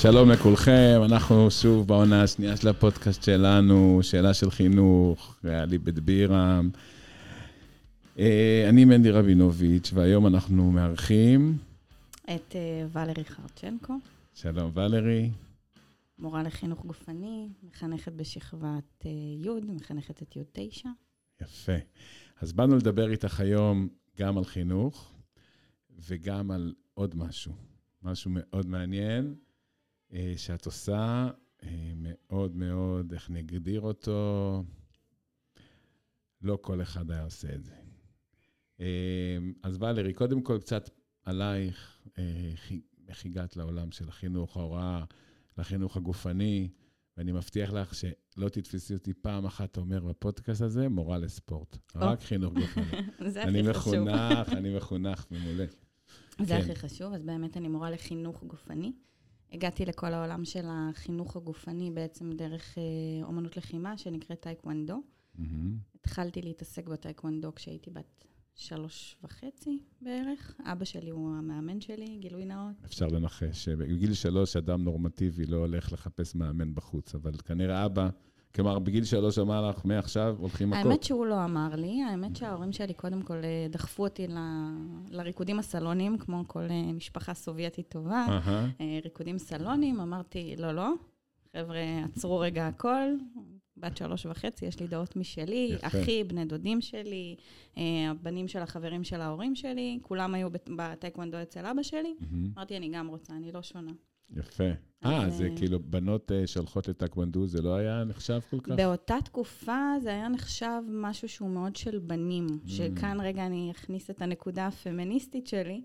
שלום לכולכם, אנחנו שוב בעונה השנייה של הפודקאסט שלנו, שאלה של חינוך, ריאלי בית בירם. אני מנדי רבינוביץ', והיום אנחנו מארחים את ולרי חרצ'נקו. שלום ולרי. מורה לחינוך גופני, מחנכת בשכבת י', מחנכת את י' 9. יפה. אז באנו לדבר איתך היום גם על חינוך, וגם על עוד משהו מאוד מעניין, שאת עושה מאוד מאוד, איך נגדיר אותו, לא כל אחד היה עושה את זה. אז ולרי, קודם כל קצת עלייך, איך הגעת לעולם של החינוך, ההוראה, לחינוך הגופני, ואני מבטיח לך שלא תתפסי אותי פעם אחת אומר בפודקאסט הזה, מורה לספורט. רק חינוך גופני. זה הכי חשוב. אני מחונך ממולא. זה הכי חשוב, אז באמת אני מורה לחינוך גופני. הגעתי לכל העולם של החינוך הגופני בעצם דרך אומנות לחימה, שנקראת טייקוונדו. התחלתי להתעסק בטייקוונדו כשהייתי בת 3.5 בערך. אבא שלי הוא המאמן שלי, גילוי נאות. אפשר לנחש, בגיל 3 אדם נורמטיבי לא הולך לחפש מאמן בחוץ, אבל כנראה אבא, כלומר בגיל 3 אמר לך, מעכשיו הולכים מכות. האמת שהוא לא אמר לי, האמת שההורים שלי קודם כל דחפו אותי לריקודים הסלונים, כמו כל משפחה סובייטית טובה, ריקודים סלונים, אמרתי לא, חבר'ה עצרו רגע הכל, בת 3.5, יש לי דעות משלי, אחי, בני דודים שלי, הבנים של החברים של ההורים שלי, כולם היו בטייקוונדו אצל אבא שלי, אמרתי אני גם רוצה, אני לא שונה. יפה. זה כאילו בנות שהולכות לטייקוונדו, זה לא היה נחשב כל כך? באותה תקופה זה היה נחשב משהו שהוא מאוד של בנים, שכאן רגע אני אכניס את הנקודה הפמיניסטית שלי,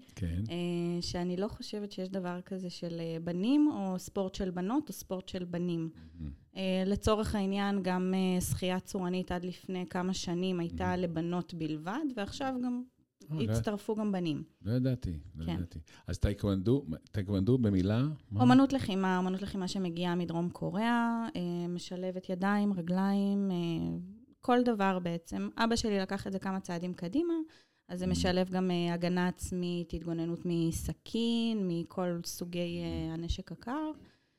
שאני לא חושבת שיש דבר כזה של בנים, או ספורט של בנות, או ספורט של בנים. לצורך העניין, גם שחייה צורנית עד לפני כמה שנים הייתה לבנות בלבד, ועכשיו גם הצטרפו גם בנים. לא ידעתי. אז טייקוונדו במילה? אומנות לחימה שמגיעה מדרום קוריאה, משלבת ידיים, רגליים, כל דבר בעצם. אבא שלי לקח את זה כמה צעדים קדימה, אז זה משלב גם הגנה עצמית, התגוננות מסכין, מכל סוגי הנשק הקר,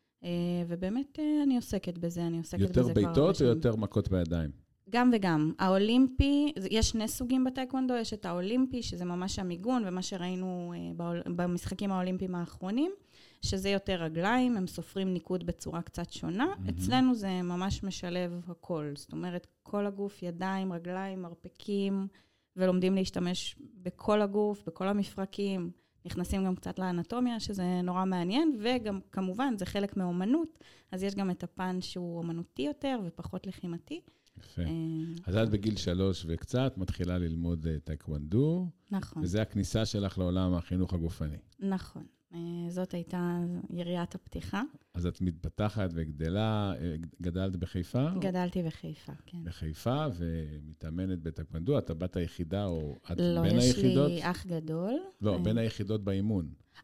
ובאמת אני עוסקת בזה, יותר בעיטות או יותר מכות בידיים? גם וגם. האולימפי, יש שני סוגים בטייקוונדו, יש את האולימפי, שזה ממש המיגון, ומה שראינו במשחקים האולימפיים האחרונים, שזה יותר רגליים, הם סופרים ניקוד בצורה קצת שונה. אצלנו זה ממש משלב הכל. זאת אומרת, כל הגוף, ידיים, רגליים, מרפקים, ולומדים להשתמש בכל הגוף, בכל המפרקים. נכנסים גם קצת לאנטומיה, שזה נורא מעניין, וגם כמובן זה חלק מאומנות, אז יש גם את הפן שהוא אומנותי יותר ופחות לחימתי. יפה. אז את בגיל 3 וקצת מתחילה ללמוד טייקוונדו. נכון. וזה הכניסה שלך לעולם החינוך הגופני. נכון. זאת הייתה יריית הפתיחה. אז את מתפתחת וגדלה, גדלת בחיפה? גדלתי בחיפה, כן. בחיפה ומתאמנת בטייקוונדו. את הבת היחידה או את לא, בין היחידות? לא, יש לי אח גדול. לא, בין היחידות באימון.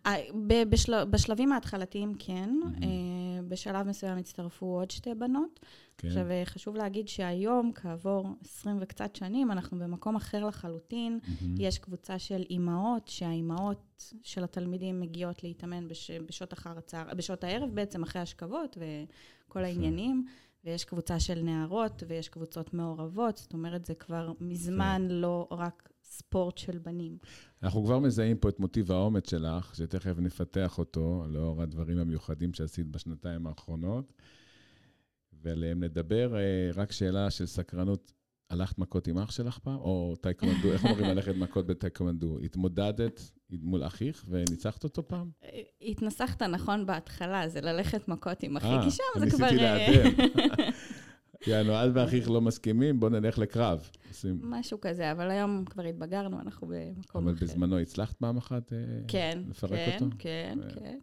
בשלבים ההתחלתיים כן, בשלב מסוים הצטרפו עוד שתי בנות. עכשיו, חשוב להגיד שהיום, כעבור 20 וקצת שנים, אנחנו במקום אחר לחלוטין. יש קבוצה של אימהות, שהאימהות של התלמידים מגיעות להתאמן בשעות הערב, בעצם אחרי השכבות וכל העניינים. ויש קבוצה של נערות, ויש קבוצות מעורבות. זאת אומרת, זה כבר מזמן לא רק ספורט של בנים. אנחנו כבר מזהים פה את מוטיב האומץ שלך, שתכף נפתח אותו, לאור הדברים המיוחדים שעשית בשנתיים האחרונות, ועליהם נדבר. רק שאלה של סקרנות, הלכת מכות עם אח שלך פעם? או טייקוונדו, איך אומרים ללכת מכות בטייקוונדו? התמודדת מול אחיך וניצחת אותו פעם? התנסחת נכון בהתחלה, זה ללכת מכות עם אחי, כי שם זה כבר... ניסיתי לאדם. יענו, את ואחיך לא מסכימים, בוא נלך לקרב. משהו כזה, אבל היום כבר התבגרנו, אנחנו במקום אחר. אבל בזמנו הצלחת פעם אחת לפרק אותו? כן.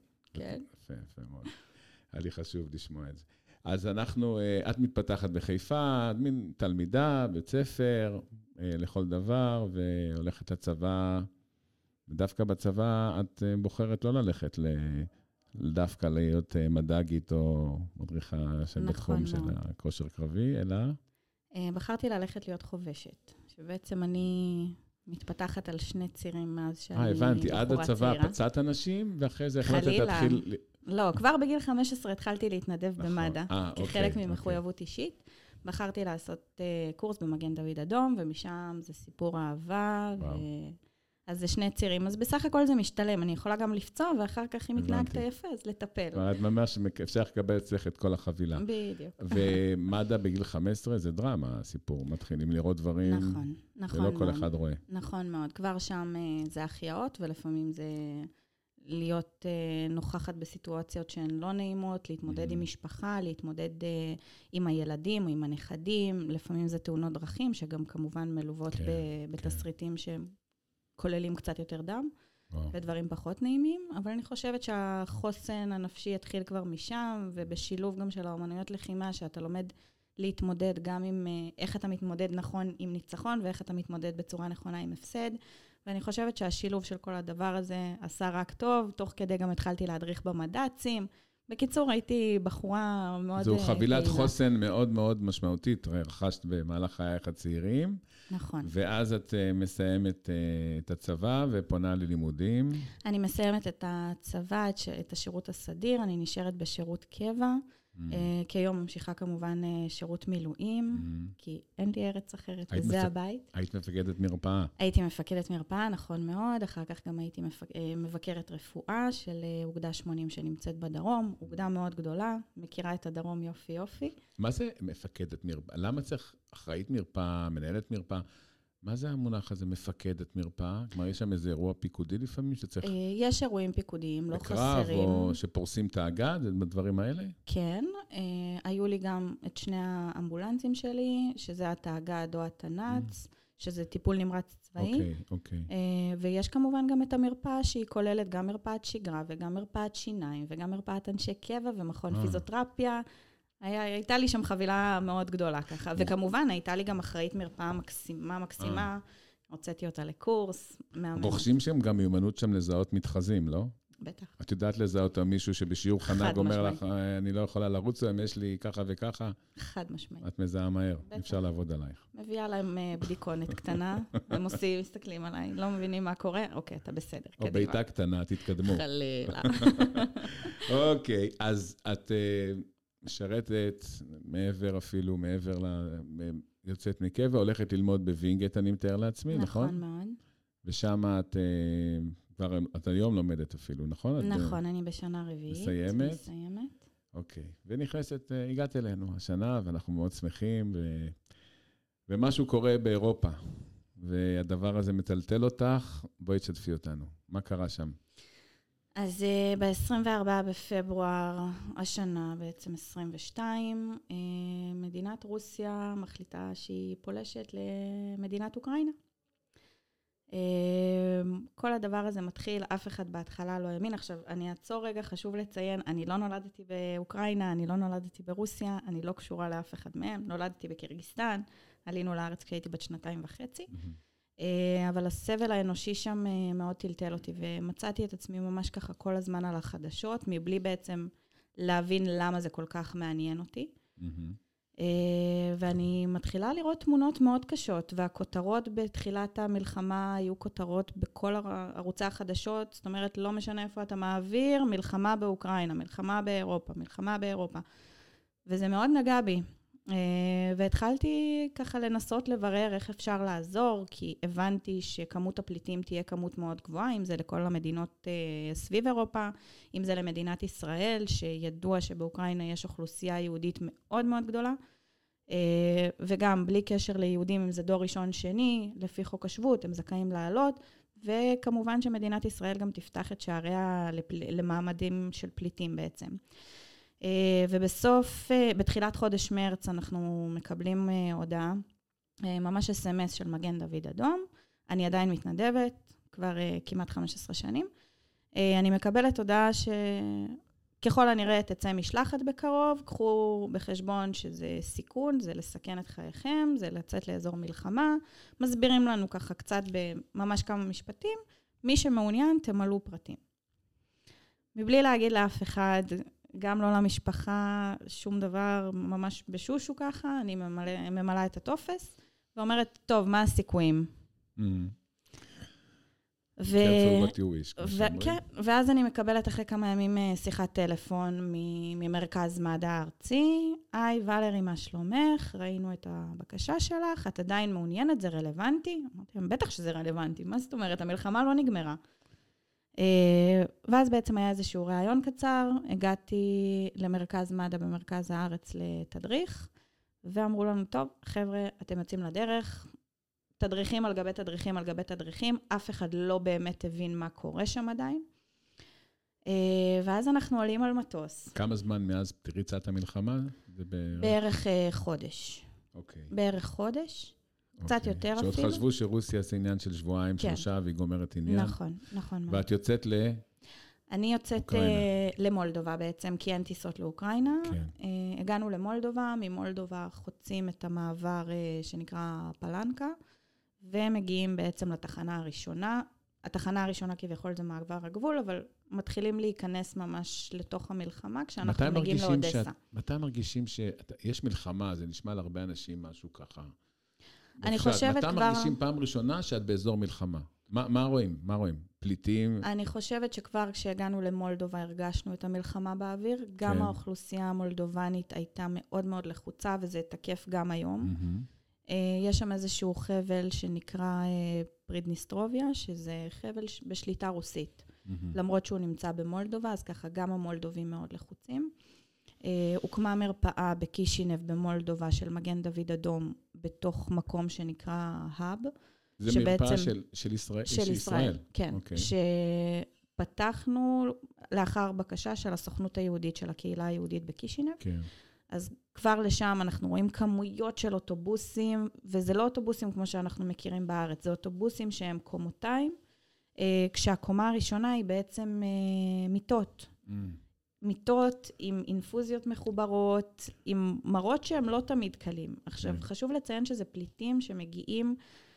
יפה מאוד. היה לי חשוב לשמוע את זה. אז את מתפתחת בחיפה, את מין תלמידה, בית ספר, לכל דבר, והולכת לצבא, ודווקא בצבא את בוחרת לא ללכת דווקא להיות מדאגית או מדריכה של בתחום של הכושר קרבי, אלא? בחרתי ללכת להיות חובשת, שבעצם אני מתפתחת על שני צירים מאז שאני בחורה צעירה. הבנתי, עד הצבא פצעת אנשים, ואחרי זה החלטת להתחיל... לא, כבר בגיל 15 התחלתי להתנדב במד"א, כחלק ממחויבות אישית. בחרתי לעשות קורס במגן דוד אדום, ומשם זה סיפור אהבה, אז זה שני צירים. אז בסך הכל זה משתלם. אני יכולה גם לפצוע, ואחר כך אם התנהגת יפה, אז לטפל. את ממש אפשר לקבל אצלך את כל החבילה. בדיוק. ומד"א בגיל 15 זה דרמה, הסיפור. מתחילים לראות דברים, נכון ולא כל אחד רואה. נכון מאוד. כבר שם זה החייאות, ולפעמים זה להיות נוכחת בסיטואציות שהן לא נעימות, להתמודד עם משפחה, להתמודד עם הילדים או עם הנכדים. לפעמים זה תאונות דרכים, שגם כמובן מלוות בתסריטים שהם כוללים קצת יותר דם, ודברים פחות נעימים, אבל אני חושבת שהחוסן הנפשי יתחיל כבר משם, ובשילוב גם של האומנויות לחימה, שאתה לומד להתמודד גם עם איך אתה מתמודד נכון עם ניצחון, ואיך אתה מתמודד בצורה נכונה עם הפסד, ואני חושבת שהשילוב של כל הדבר הזה עשה רק טוב, תוך כדי גם התחלתי להדריך במד"צים. בקיצור, הייתי בחורה מאוד... זו חבילת חוסן מאוד מאוד משמעותית, רכשת במהלך חייך הצעירים. נכון. ואז את מסיימת את הצבא ופונה ללימודים. אני מסיימת את הצבא, את השירות הסדיר, אני נשארת בשירות קבע, כיום ממשיכה כמובן שירות מילואים, כי אין לי ארץ אחרת, וזה הבית. היית מפקדת מרפאה. הייתי מפקדת מרפאה, נכון מאוד, אחר כך גם הייתי מבקרת רפואה של אוגדה 80 שנמצאת בדרום, אוגדה מאוד גדולה, מכירה את הדרום יופי יופי. מה זה מפקדת מרפאה? למה צריך אחראית מרפאה, מנהלת מרפאה? מה זה המונח הזה, מפקדת מרפאה? כלומר, יש שם איזה אירוע פיקודי לפעמים שצריך... יש אירועים פיקודיים, לא חסרים. בקרב או שפורסים את האגד, בדברים האלה? כן, היו לי גם את שני האמבולנסים שלי, שזה התאגד או התנ"צ, שזה טיפול נמרץ צבאי. אוקיי. ויש כמובן גם את המרפאה שהיא כוללת גם מרפאת שגרה וגם מרפאת שיניים וגם מרפאת אנשי קבע ומכון פיזיותרפיה. הייתה לי שם חבילה מאוד גדולה ככה, וכמובן הייתה לי גם אחראית מרפאה מקסימה, הוצאתי אותה לקורס. רוכשים שם גם מיומנות שם לזהות מתחזים, לא? בטח. את יודעת לזהות מישהו שבשיעור חנק אומר לך, אני לא יכולה לרוץ להם, יש לי ככה וככה. חד משמעית. את מזהה מהר, אפשר לעבוד עלייך. מביאה להם בדיקונת קטנה, הם מסתכלים עליי, לא מבינים מה קורה, אוקיי, אתה בסדר, או ביתה קטנה, תתקדמו. חלילה. אוקיי, אז את... משרתת מעבר יוצאת מקבע, הולכת ללמוד בווינגייט, אני מתאר לעצמי, נכון? נכון מאוד. ושם את היום לומדת אפילו, נכון? נכון, אני בשנה רביעית. מסיימת? אוקיי. ונכנסת, הגעת אלינו השנה, ואנחנו מאוד שמחים, ומשהו קורה באירופה, והדבר הזה מטלטל אותך, בואי תשתפי אותנו. מה קרה שם? אז ב-24 בפברואר השנה, בעצם 22, מדינת רוסיה מחליטה שהיא פולשת למדינת אוקראינה. כל הדבר הזה מתחיל, אף אחד בהתחלה לא האמין. עכשיו, אני אעצור רגע, חשוב לציין, אני לא נולדתי באוקראינה, אני לא נולדתי ברוסיה, אני לא קשורה לאף אחד מהם, נולדתי בקירגיסטן, עלינו לארץ כשהייתי בת 2.5. אבל הסבל האנושי שם מאוד טלטל אותי, ומצאתי את עצמי ממש ככה כל הזמן על החדשות, מבלי בעצם להבין למה זה כל כך מעניין אותי. ואני מתחילה לראות תמונות מאוד קשות, והכותרות בתחילת המלחמה היו כותרות בכל ערוצי החדשות, זאת אומרת, לא משנה איפה אתה מעביר, מלחמה באוקראינה, מלחמה באירופה, מלחמה באירופה. וזה מאוד נגע בי. והתחלתי ככה לנסות לברר איך אפשר לעזור, כי הבנתי שכמות הפליטים תהיה כמות מאוד גבוהה, אם זה לכל המדינות סביב אירופה, אם זה למדינת ישראל, שידוע שבאוקראינה יש אוכלוסייה יהודית מאוד מאוד גדולה, וגם בלי קשר ליהודים, אם זה דור ראשון שני, לפי חוק השבות, הם זכאים לעלות, וכמובן שמדינת ישראל גם תפתח את שעריה למעמדים של פליטים בעצם. ובסוף, בתחילת חודש מרץ, אנחנו מקבלים הודעה, ממש SMS של מגן דוד אדום. אני עדיין מתנדבת, כבר כמעט 15 שנים. אני מקבלת הודעה שככל הנראה תצא משלחת בקרוב, קחו בחשבון שזה סיכון, זה לסכן את חייכם, זה לצאת לאזור מלחמה. מסבירים לנו ככה קצת בממש כמה משפטים, מי שמעוניין תמלאו פרטים. מבלי להגיד לאף אחד, גם לא למשפחה, שום דבר, ממש בשושו ככה, אני ממלאה את הטופס, ואומרת, טוב, מה הסיכויים? careful what you wish. כן, ואז אני מקבלת אחרי כמה ימים שיחת טלפון ממרכז מד"א הארצי. היי, ולרי, מה שלומך? ראינו את הבקשה שלך, את עדיין מעוניינת, זה רלוונטי? אמרתי, בטח שזה רלוונטי, מה זאת אומרת? המלחמה לא נגמרה. ואז בעצם היה איזשהו ראיון קצר, הגעתי למרכז מד"א במרכז הארץ לתדריך, ואמרו לנו, טוב, חבר'ה, אתם יוצאים לדרך, תדריכים על גבי תדריכים על גבי תדריכים, אף אחד לא באמת הבין מה קורה שם עדיין. ואז אנחנו עולים על מטוס. כמה זמן מאז פריצת המלחמה? בערך חודש. אוקיי. בערך חודש, קצת יותר אפילו. שעוד חשבו שרוסיה זה עניין של שבועיים, שלושה, והיא גומרת עניין. נכון, נכון. ואת יוצאת אני יוצאת למולדובה בעצם, כי אין טיסות לאוקראינה. הגענו למולדובה, ממולדובה חוצים את המעבר שנקרא פלנקה, ומגיעים בעצם לתחנה הראשונה. התחנה הראשונה כביכול זה מעבר הגבול, אבל מתחילים להיכנס ממש לתוך המלחמה, כשאנחנו מגיעים לאודסה. מתי מרגישים שיש מלחמה? זה נשמע להרבה אנשים משהו ככה. אני חושבת מתי מרגישים פעם ראשונה שאת באזור מלחמה? מה רואים? מה רואים? פליטים? אני חושבת שכבר כשהגענו למולדובה הרגשנו את המלחמה באוויר. גם האוכלוסייה המולדובנית הייתה מאוד מאוד לחוצה, וזה תקף גם היום. יש שם איזשהו חבל שנקרא פרידניסטרוביה, שזה חבל בשליטה רוסית. למרות שהוא נמצא במולדובה, אז ככה גם המולדובים מאוד לחוצים. הוקמה מרפאה בקישינב במולדובה של מגן דוד אדום, בתוך מקום שנקרא האב. זה מרפאה של ישראל? של ישראל, כן. שפתחנו לאחר בקשה של הסוכנות היהודית, של הקהילה היהודית בקישינב. כן. אז כבר לשם אנחנו רואים כמויות של אוטובוסים, וזה לא אוטובוסים כמו שאנחנו מכירים בארץ, זה אוטובוסים שהם קומותיים, כשהקומה הראשונה היא בעצם מיטות. מיטות עם אינפוזיות מחוברות, עם מראות שהם לא תמיד קלים. עכשיו, חשוב לציין שזה פליטים שמגיעים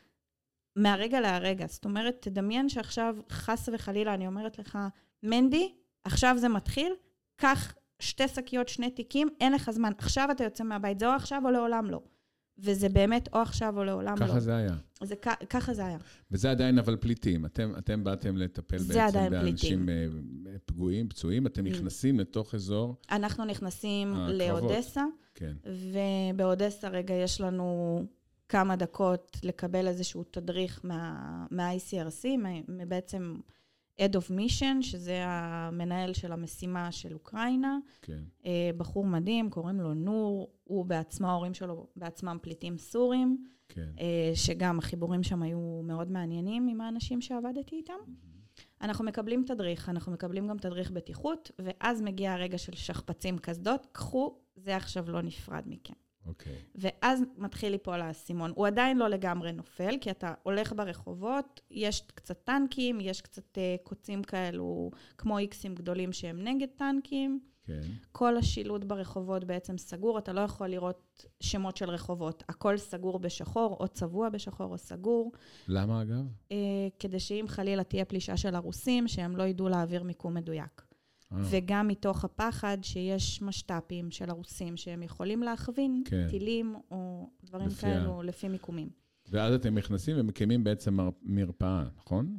מהרגע להרגע. זאת אומרת, תדמיין שעכשיו חס וחלילה, אני אומרת לך, מנדי, עכשיו זה מתחיל, קח 2 שקיות, 2 תיקים, אין לך זמן. עכשיו אתה יוצא מהבית, זה או עכשיו או לעולם לא. וזה באמת או עכשיו או לעולם לא. ככה זה היה. ככה זה היה. וזה עדיין אבל פליטים. אתם באתם לטפל בעצם באנשים פגועים, פצועים. אתם נכנסים לתוך אזור. אנחנו נכנסים לאודסה. כן. ובאודסה רגע יש לנו כמה דקות לקבל איזשהו תדריך מה-ICRC, בעצם Head of Mission, שזה המנהל של המשימה של אוקראינה. כן. בחור מדהים, קוראים לו נור, הוא בעצמו, ההורים שלו בעצמם פליטים סורים, כן. שגם החיבורים שם היו מאוד מעניינים עם האנשים שעבדתי איתם. אנחנו מקבלים תדריך, אנחנו מקבלים גם תדריך בטיחות, ואז מגיע הרגע של שכפצים קסדות, קחו, זה עכשיו לא נפרד מכם. אוקיי. ואז מתחיל ליפול האסימון. הוא עדיין לא לגמרי נופל, כי אתה הולך ברחובות, יש קצת טנקים, יש קצת קוצים כאלו, כמו איקסים גדולים שהם נגד טנקים. כן. כל השילוט ברחובות בעצם סגור, אתה לא יכול לראות שמות של רחובות. הכל סגור בשחור, או צבוע בשחור, או סגור. למה אגב? כדי שאם חלילה תהיה פלישה של הרוסים, שהם לא ידעו להעביר מיקום מדויק. וגם מתוך הפחד שיש משטפים של הרוסים שהם יכולים להכווין טילים או דברים כאלו לפי מיקומים. ואז אתם נכנסים ומקימים בעצם מרפאה, נכון?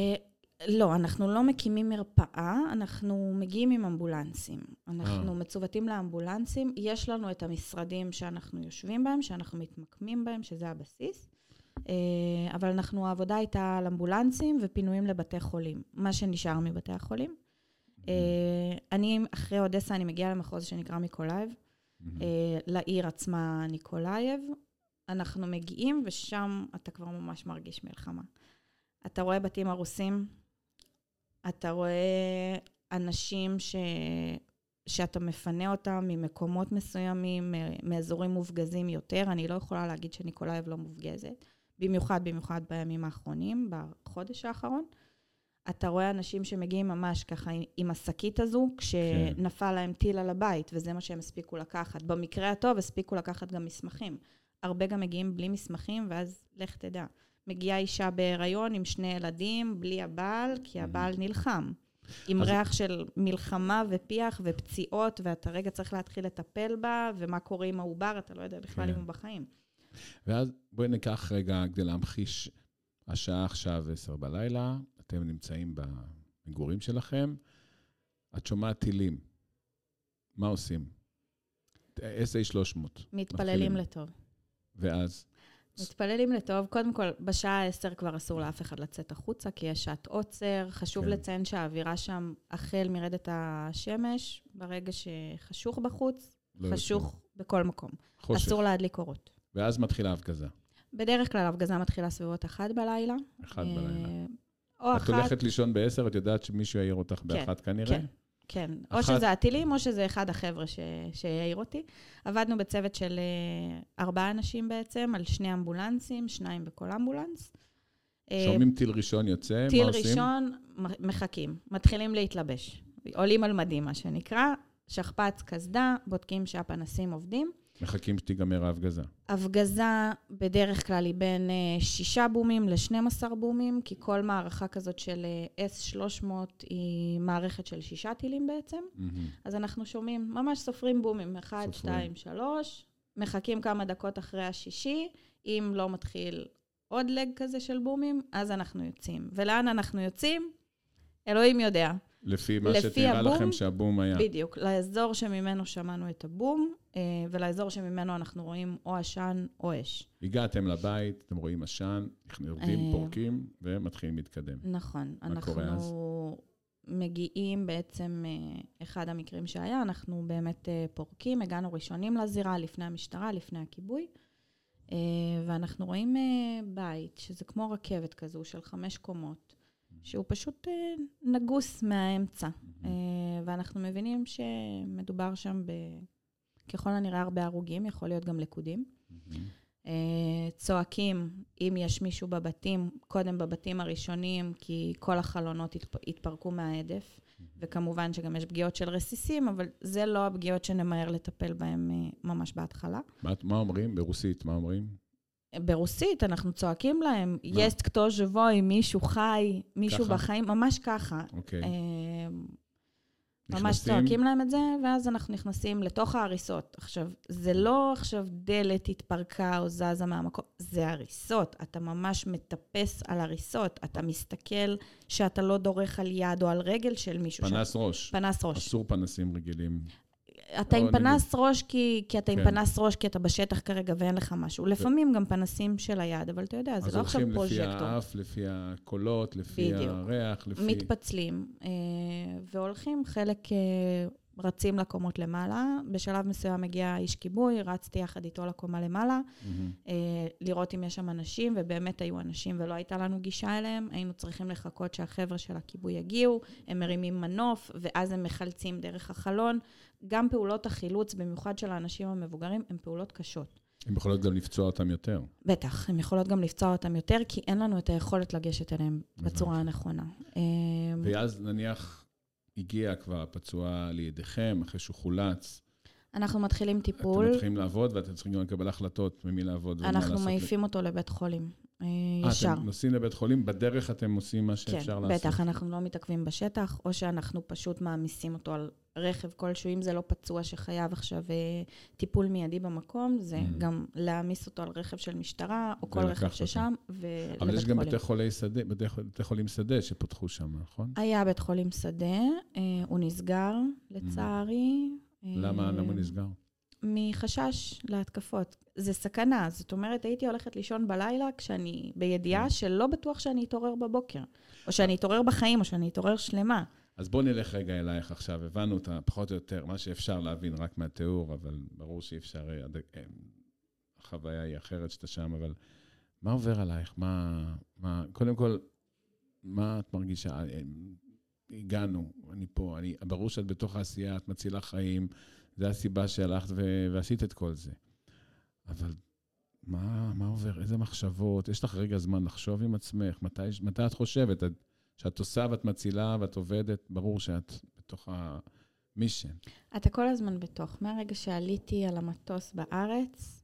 לא, אנחנו לא מקימים מרפאה, אנחנו מגיעים עם אמבולנסים. אנחנו מצוותים לאמבולנסים, יש לנו את המשרדים שאנחנו יושבים בהם, שאנחנו מתמקמים בהם, שזה הבסיס, אבל העבודה הייתה על אמבולנסים ופינויים לבתי חולים, מה שנשאר מבתי החולים. אני, אחרי אודסה, אני מגיעה למחוז שנקרא מיקולייב, לעיר עצמה ניקולייב. אנחנו מגיעים, ושם אתה כבר ממש מרגיש מלחמה. אתה רואה בתים הרוסים, אתה רואה אנשים שאתה מפנה אותם ממקומות מסוימים, מאזורים מופגזים יותר. אני לא יכולה להגיד שניקולייב לא מופגזת, במיוחד בימים האחרונים, בחודש האחרון. אתה רואה אנשים שמגיעים ממש ככה עם השקית הזו, כשנפל להם טיל על הבית, וזה מה שהם הספיקו לקחת. במקרה הטוב, הספיקו לקחת גם מסמכים. הרבה גם מגיעים בלי מסמכים, ואז לך תדע. מגיעה אישה בהיריון עם 2 ילדים, בלי הבעל, כי הבעל נלחם. עם ריח של מלחמה ופיח ופציעות, ואתה רגע צריך להתחיל לטפל בה, ומה קורה עם העובר, אתה לא יודע בכלל אם הוא בחיים. ואז בואי ניקח רגע כדי להמחיש, השעה עכשיו 10 בלילה, אתם נמצאים במגורים שלכם, את שומעת טילים. מה עושים? SA-300. מתפללים לטוב. ואז? מתפללים לטוב. קודם כל, בשעה 10 כבר אסור לאף אחד לצאת החוצה, כי יש שעת עוצר. חשוב לציין שהאווירה שם, החל מרדת השמש, ברגע שחשוך בחוץ, חשוך בכל מקום. אסור להדליק אורות. ואז מתחילה הפגזה. בדרך כלל ההפגזה מתחילה סביבות 1 בלילה. 1 בלילה. או את הולכת לישון ב-10, את יודעת שמישהו יעיר אותך ב-1 כנראה? כן. או שזה הטילים, או שזה אחד החבר'ה שיעיר אותי. עבדנו בצוות של 4 אנשים בעצם, על 2 אמבולנסים, 2 בכל אמבולנס. שומעים טיל ראשון יוצא, מה עושים? טיל ראשון, מחכים, מתחילים להתלבש. עולים על מדים, מה שנקרא, שכפ"ץ, קסדה, בודקים שהפנסים עובדים. מחכים שתיגמר ההפגזה. הפגזה בדרך כלל היא בין 6 בומים ל-12 בומים, כי כל מערכה כזאת של S-300 היא מערכת של 6 טילים בעצם. אז אנחנו שומעים, ממש סופרים בומים, 1, 2, 3, מחכים כמה דקות אחרי השישי, אם לא מתחיל עוד לג כזה של בומים, אז אנחנו יוצאים. ולאן אנחנו יוצאים? אלוהים יודע. לפי מה שתראה לכם שהבום היה. בדיוק, לאזור שממנו שמענו את הבום, ולאזור שממנו אנחנו רואים או עשן או אש. הגעתם לבית, אתם רואים עשן, אנחנו יורדים, פורקים, ומתחילים להתקדם. נכון. אנחנו מגיעים בעצם, אחד המקרים שהיה, אנחנו באמת פורקים, הגענו ראשונים לזירה, לפני המשטרה, לפני הכיבוי, ואנחנו רואים בית, שזה כמו רכבת כזו, של 5 קומות, שהוא פשוט נגוס מהאמצע. ואנחנו מבינים שמדובר שם ככל הנראה הרבה הרוגים, יכול להיות גם לקודים. צועקים, אם יש מישהו בבתים, קודם בבתים הראשונים, כי כל החלונות התפרקו מהעדף, וכמובן שגם יש פגיעות של רסיסים, אבל זה לא הפגיעות שנמהר לטפל בהם ממש בהתחלה. מה אומרים? ברוסית, מה אומרים? ברוסית, אנחנו צועקים להם, יש כתוב שבוי, מישהו חי, מישהו בחיים, ממש ככה. אוקיי. ממש צועקים להם את זה, ואז אנחנו נכנסים לתוך ההריסות. עכשיו, זה לא עכשיו דלת התפרקה או זזה מהמקום, זה הריסות. אתה ממש מטפס על הריסות, אתה מסתכל שאתה לא דורך על יד או על רגל של מישהו. פנס ראש. פנס ראש. אסור פנסים רגילים. אתה עם פנס ראש כי אתה עם פנס ראש, כי אתה בשטח כרגע ואין לך משהו. לפעמים גם פנסים של היד, אבל אתה יודע, זה לא עכשיו פרוז'קטור. אז הולכים לפי האף, לפי הקולות, לפי הריח, לפי... מתפצלים, והולכים, חלק רצים לקומות למעלה. בשלב מסוים מגיע איש כיבוי, רצתי יחד איתו לקומה למעלה, לראות אם יש שם אנשים, ובאמת היו אנשים ולא הייתה לנו גישה אליהם. היינו צריכים לחכות שהחבר'ה של הכיבוי יגיעו, הם מרימים מנוף, ואז הם מחלצים דרך החלון. גם פעולות החילוץ, במיוחד של האנשים המבוגרים, הן פעולות קשות. הן יכולות גם לפצוע אותם יותר. בטח, הן יכולות גם לפצוע אותם יותר, כי אין לנו את היכולת לגשת אליהם בצורה הנכונה. ואז נניח הגיע כבר הפצוע לידיכם, אחרי שהוא חולץ. אנחנו מתחילים טיפול. אתם מתחילים לעבוד, ואתם צריכים גם לקבל החלטות ממי לעבוד ומה לעשות. אנחנו מעיפים אותו לבית חולים. ישר. אתם נוסעים לבית חולים, בדרך אתם עושים מה שאפשר לעשות. כן, בטח, אנחנו לא מתעכבים בשטח, או שאנחנו פשוט מעמיסים אותו על רכב כלשהו, אם זה לא פצוע שחייב עכשיו טיפול מיידי במקום, זה גם להעמיס אותו על רכב של משטרה, או כל רכב ששם, ולבית חולים. אבל יש גם בתי חולים שדה שפותחו שם, נכון? היה בית חולים שדה, הוא נסגר, לצערי. למה הוא נסגר? מחשש להתקפות. זה סכנה, זאת אומרת, הייתי הולכת לישון בלילה כשאני בידיעה שלא בטוח שאני אתעורר בבוקר, או שאני אתעורר בחיים, או שאני אתעורר שלמה. אז בוא נלך רגע אלייך עכשיו, הבנו אותה פחות או יותר, מה שאפשר להבין רק מהתיאור, אבל ברור שאי אפשר, החוויה היא אחרת שאתה שם, אבל מה עובר עלייך? קודם כל, מה את מרגישה? הגענו, אני פה, ברור שאת בתוך העשייה, את מצילה חיים, זה הסיבה שהלכת ועשית את כל זה. אבל מה עובר? איזה מחשבות? יש לך רגע זמן לחשוב עם עצמך? מתי את חושבת? שאת עושה ואת מצילה ואת עובדת, ברור שאת בתוך המישן. אתה כל הזמן בתוך. מהרגע שעליתי על המטוס בארץ,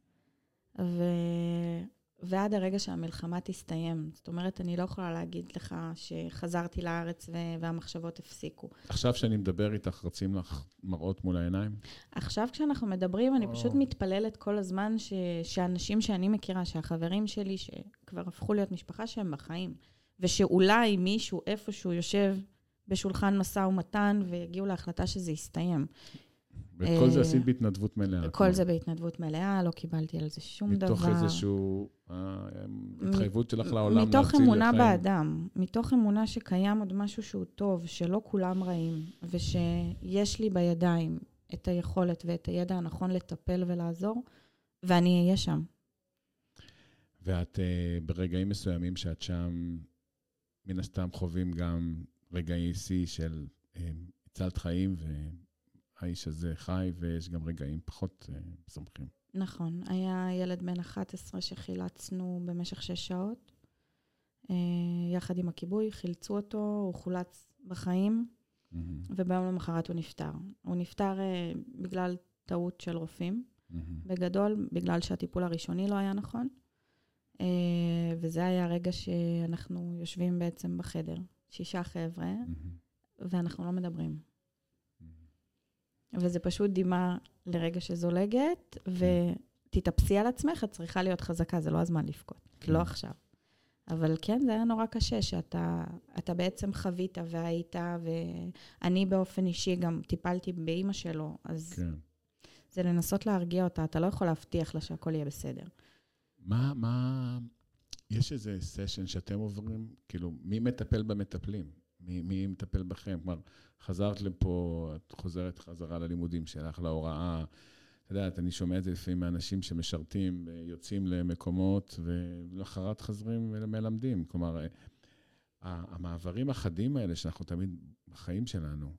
ועד הרגע שהמלחמה תסתיים. זאת אומרת, אני לא יכולה להגיד לך שחזרתי לארץ והמחשבות הפסיקו. עכשיו שאני מדבר איתך, רצים לך מראות מול העיניים? עכשיו כשאנחנו מדברים, אני פשוט מתפללת כל הזמן שהאנשים שאני מכירה, שהחברים שלי, שכבר הפכו להיות משפחה שהם בחיים, ושאולי מישהו איפשהו יושב בשולחן משא ומתן, ויגיעו להחלטה שזה יסתיים. וכל זה עשית בהתנדבות מלאה. כל זה בהתנדבות מלאה, לא קיבלתי על זה שום דבר. מתוך איזשהו התחייבות שלך לעולם להציל לחיים. מתוך אמונה באדם, מתוך אמונה שקיים עוד משהו שהוא טוב, שלא כולם רעים, ושיש לי בידיים את היכולת ואת הידע הנכון לטפל ולעזור, ואני אהיה שם. ואת ברגעים מסוימים שאת שם, מן הסתם חווים גם רגעי שיא של הצלת חיים, והאיש הזה חי, ויש גם רגעים פחות סומכים. נכון. היה ילד בן 11 שחילצנו במשך 6 שעות, יחד עם הכיבוי, חילצו אותו, הוא חולץ בחיים, וביום למחרת הוא נפטר. הוא נפטר בגלל טעות של רופאים, בגדול, בגלל שהטיפול הראשוני לא היה נכון. וזה היה הרגע שאנחנו יושבים בעצם בחדר, 6 חבר'ה, ואנחנו לא מדברים. וזה פשוט דימה לרגע שזולגת, ותתאפסי על עצמך, את צריכה להיות חזקה, זה לא הזמן לבכות, לא עכשיו. אבל כן, זה היה נורא קשה, שאתה בעצם חווית והיית, ואני באופן אישי גם טיפלתי באמא שלו, אז זה לנסות להרגיע אותה, אתה לא יכול להבטיח לה שהכל יהיה בסדר. יש איזה סשן שאתם עוברים, כאילו, מי מטפל במטפלים? מי מטפל בכם? כלומר, חזרת לפה, את חוזרת חזרה ללימודים שלך, להוראה. אתה יודעת, אני שומע את זה לפעמים מאנשים שמשרתים, יוצאים למקומות, ולאחרת חזרים ומלמדים. כלומר, המעברים החדים האלה שאנחנו תמיד בחיים שלנו,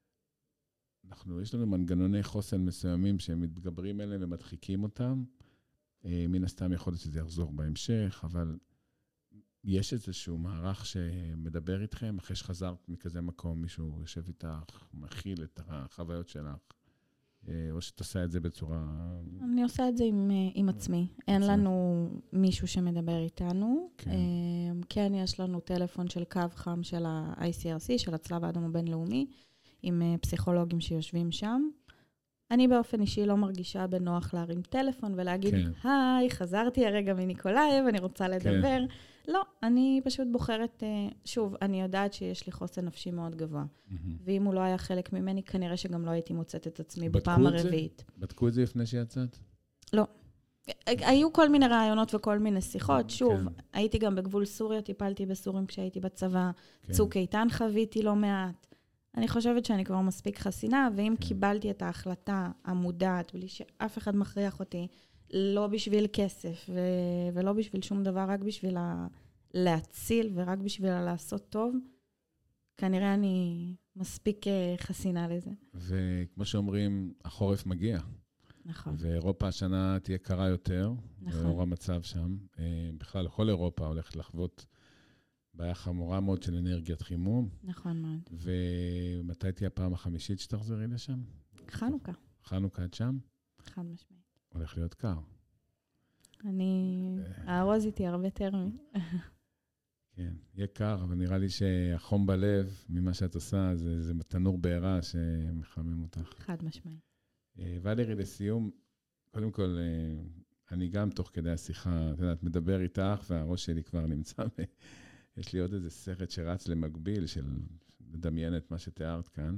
יש לנו מנגנוני חוסן מסוימים שהם מתגברים אליהם ומדחיקים אותם. מן הסתם יכול להיות שזה יחזור בהמשך, אבל יש איזשהו מערך שמדבר איתכם, אחרי שחזרת מכזה מקום, מישהו יושב איתך, מכיל את החוויות שלך, או שאת עושה את זה בצורה... אני עושה את זה עם עצמי. אין לנו מישהו שמדבר איתנו. כן, יש לנו טלפון של קו חם של ה-ICRC, של הצלב האדום הבינלאומי, עם פסיכולוגים שיושבים שם. אני באופן אישי לא מרגישה בנוח להרים טלפון ולהגיד, היי, חזרתי הרגע מניקולאייב, אני רוצה לדבר. לא, אני פשוט בוחרת, שוב, אני יודעת שיש לי חוסן נפשי מאוד גבוה. ואם הוא לא היה חלק ממני, כנראה שגם לא הייתי מוצאת את עצמי בפעם הרביעית. בדקו את זה לפני שיצאת? לא. היו כל מיני רעיונות וכל מיני שיחות. שוב, הייתי גם בגבול סוריה, טיפלתי בסורים כשהייתי בצבא. צוק איתן חוויתי לא מעט. אני חושבת שאני כבר מספיק חסינה, ואם קיבלתי את ההחלטה המודעת, בלי שאף אחד מכריח אותי, לא בשביל כסף, ולא בשביל שום דבר, רק בשביל להציל, ורק בשביל לעשות טוב, כנראה אני מספיק חסינה לזה. וכמו שאומרים, החורף מגיע. נכון. ואירופה השנה תהיה קרה יותר, נכון. לאור המצב שם. בכלל, כל אירופה הולכת לחוות בעיה חמורה מאוד של אנרגיית חימום. נכון מאוד. ומתי תהיה הפעם החמישית שתחזרי לשם? חנוכה. חנוכה את שם? חד משמעית. הולך להיות קר. הארוז איתי הרבה טרמי. כן, יהיה קר, אבל נראה לי שהחום בלב, ממה שאת עושה, זה תנור בעירה שמחמם אותך. חד משמעית. ולרי, לסיום, קודם כל, אני גם תוך כדי השיחה, אתה יודעת, מדבר איתך, והראש שלי כבר נמצא, יש לי עוד איזה סרט שרץ למקביל, של לדמיין את מה שתיארת כאן.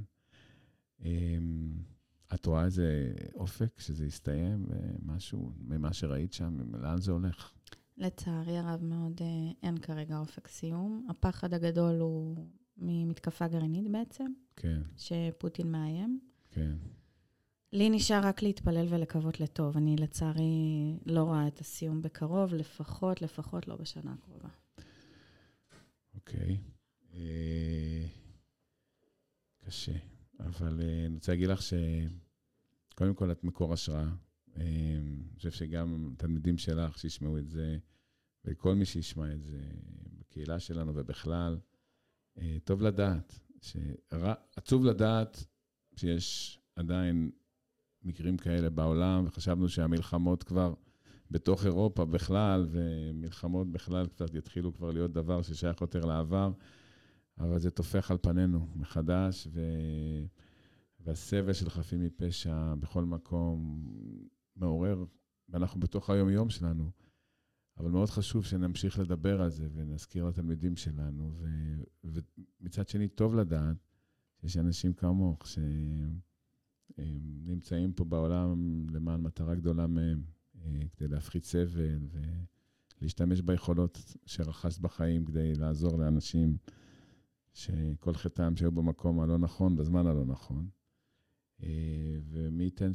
את רואה איזה אופק שזה יסתיים, משהו ממה שראית שם, לאן זה הולך? לצערי הרב מאוד אין כרגע אופק סיום. הפחד הגדול הוא ממתקפה גרעינית בעצם, כן. שפוטין מאיים. כן. לי נשאר רק להתפלל ולקוות לטוב. אני לצערי לא רואה את הסיום בקרוב, לפחות לא בשנה הקרובה. אוקיי. קשה. אבל אני רוצה להגיד לך שקודם כל את מקור השראה. אני חושב שגם תלמידים שלך שישמעו את זה, וכל מי שישמע את זה בקהילה שלנו ובכלל, טוב לדעת, עצוב לדעת שיש עדיין מקרים כאלה בעולם, וחשבנו שהמלחמות כבר בתוך אירופה בכלל, ומלחמות בכלל קצת יתחילו כבר להיות דבר ששייך יותר לעבר, אבל זה תופך על פנינו מחדש, והסבל של חפים מפשע בכל מקום מעורר, ואנחנו בתוך היום-יום שלנו. אבל מאוד חשוב שנמשיך לדבר על זה ונזכיר לתלמידים שלנו, ומצד שני טוב לדעת שיש אנשים כמוך שנמצאים פה בעולם למען מטרה גדולה מהם, כדי להפחית סבל ולהשתמש ביכולות שרכשת בחיים כדי לעזור לאנשים שכל חטאם שהיו במקום הלא נכון, בזמן הלא נכון. ומי ייתן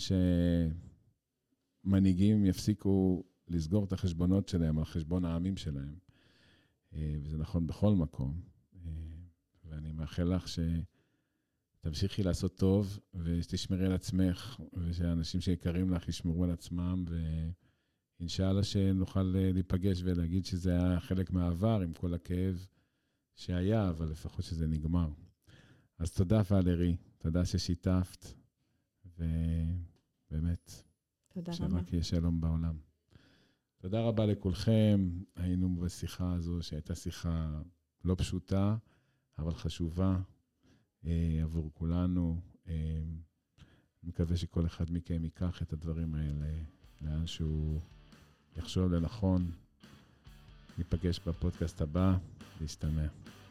שמנהיגים יפסיקו לסגור את החשבונות שלהם על חשבון העמים שלהם. וזה נכון בכל מקום. ואני מאחל לך שתמשיכי לעשות טוב, ושתשמרי על עצמך, ושאנשים שיקרים לך ישמרו על עצמם, ואינשאללה שנוכל להיפגש ולהגיד שזה היה חלק מהעבר, עם כל הכאב שהיה, אבל לפחות שזה נגמר. אז תודה ולרי, תודה ששיתפת, ובאמת, תודה רבה. שרק יהיה שלום בעולם. תודה רבה לכולכם, היינו בשיחה הזו שהייתה שיחה לא פשוטה, אבל חשובה עבור כולנו. מקווה שכל אחד מכם ייקח את הדברים האלה לאן שהוא יחשוב לנכון. ניפגש בפודקאסט הבא, להסתמע.